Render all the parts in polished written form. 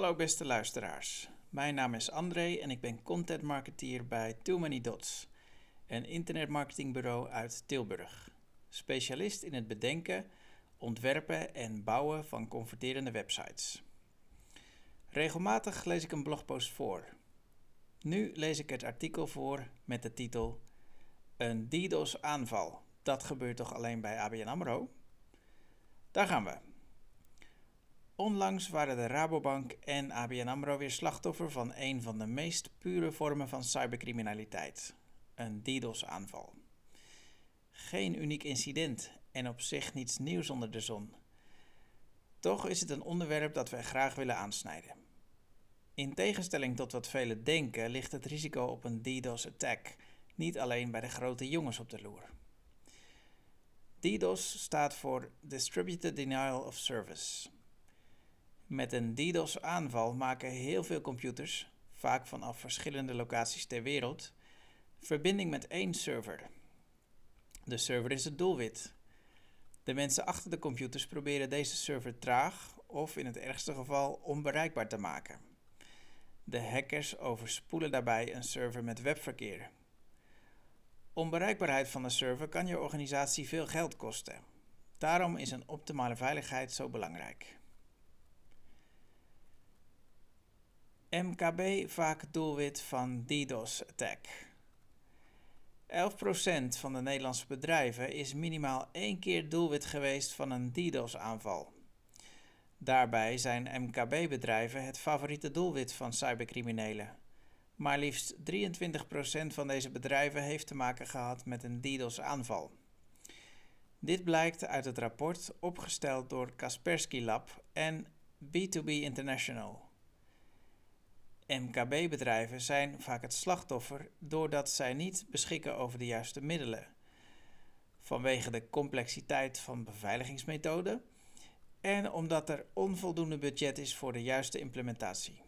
Hallo beste luisteraars, mijn naam is André en ik ben content marketeer bij Too Many Dots, een internetmarketingbureau uit Tilburg. Specialist in het bedenken, ontwerpen en bouwen van converterende websites. Regelmatig lees ik een blogpost voor. Nu lees ik het artikel voor met de titel Een DDoS-aanval. Dat gebeurt toch alleen bij ABN AMRO? Daar gaan we. Onlangs waren de Rabobank en ABN AMRO weer slachtoffer van een van de meest pure vormen van cybercriminaliteit, een DDoS-aanval. Geen uniek incident en op zich niets nieuws onder de zon. Toch is het een onderwerp dat wij graag willen aansnijden. In tegenstelling tot wat velen denken ligt het risico op een DDoS-attack niet alleen bij de grote jongens op de loer. DDoS staat voor Distributed Denial of Service. Met een DDoS-aanval maken heel veel computers, vaak vanaf verschillende locaties ter wereld, verbinding met één server. De server is het doelwit. De mensen achter de computers proberen deze server traag of in het ergste geval onbereikbaar te maken. De hackers overspoelen daarbij een server met webverkeer. Onbereikbaarheid van de server kan je organisatie veel geld kosten. Daarom is een optimale veiligheid zo belangrijk. MKB vaak doelwit van DDoS-attack. 11% van de Nederlandse bedrijven is minimaal 1 keer doelwit geweest van een DDoS-aanval. Daarbij zijn MKB-bedrijven het favoriete doelwit van cybercriminelen. Maar liefst 23% van deze bedrijven heeft te maken gehad met een DDoS-aanval. Dit blijkt uit het rapport opgesteld door Kaspersky Lab en B2B International. MKB-bedrijven zijn vaak het slachtoffer doordat zij niet beschikken over de juiste middelen, vanwege de complexiteit van beveiligingsmethoden en omdat er onvoldoende budget is voor de juiste implementatie.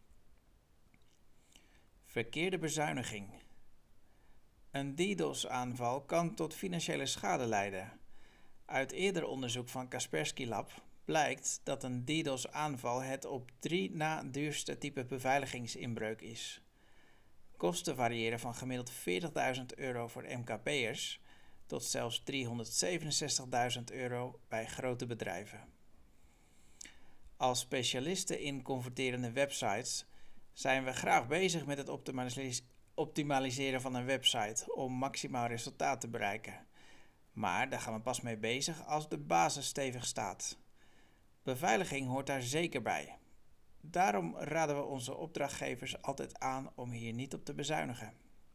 Verkeerde bezuiniging. Een DDoS-aanval kan tot financiële schade leiden. Uit eerder onderzoek van Kaspersky Lab blijkt dat een DDoS-aanval het op 3 na duurste type beveiligingsinbreuk is. Kosten variëren van gemiddeld €40.000 voor MKB'ers tot zelfs €367.000 bij grote bedrijven. Als specialisten in converterende websites zijn we graag bezig met het optimaliseren van een website om maximaal resultaat te bereiken. Maar daar gaan we pas mee bezig als de basis stevig staat. Beveiliging hoort daar zeker bij. Daarom raden we onze opdrachtgevers altijd aan om hier niet op te bezuinigen.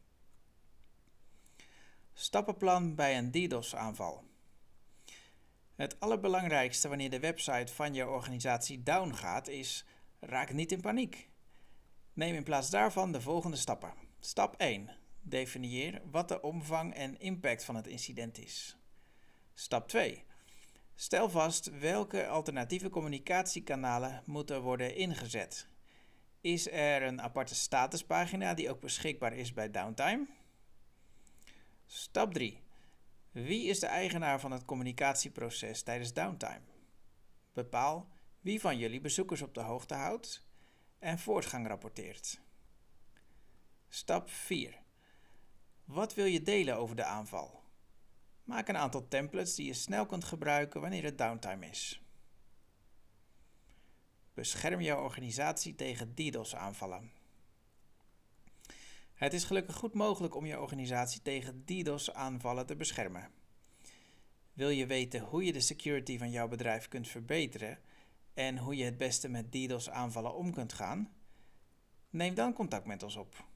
Stappenplan bij een DDoS-aanval. Het allerbelangrijkste wanneer de website van je organisatie down gaat is: raak niet in paniek. Neem in plaats daarvan de volgende stappen. Stap 1. Definieer wat de omvang en impact van het incident is. Stap 2. Stel vast welke alternatieve communicatiekanalen moeten worden ingezet. Is er een aparte statuspagina die ook beschikbaar is bij downtime? Stap 3. Wie is de eigenaar van het communicatieproces tijdens downtime? Bepaal wie van jullie bezoekers op de hoogte houdt en voortgang rapporteert. Stap 4. Wat wil je delen over de aanval? Maak een aantal templates die je snel kunt gebruiken wanneer het downtime is. Bescherm jouw organisatie tegen DDoS-aanvallen. Het is gelukkig goed mogelijk om je organisatie tegen DDoS-aanvallen te beschermen. Wil je weten hoe je de security van jouw bedrijf kunt verbeteren en hoe je het beste met DDoS-aanvallen om kunt gaan? Neem dan contact met ons op.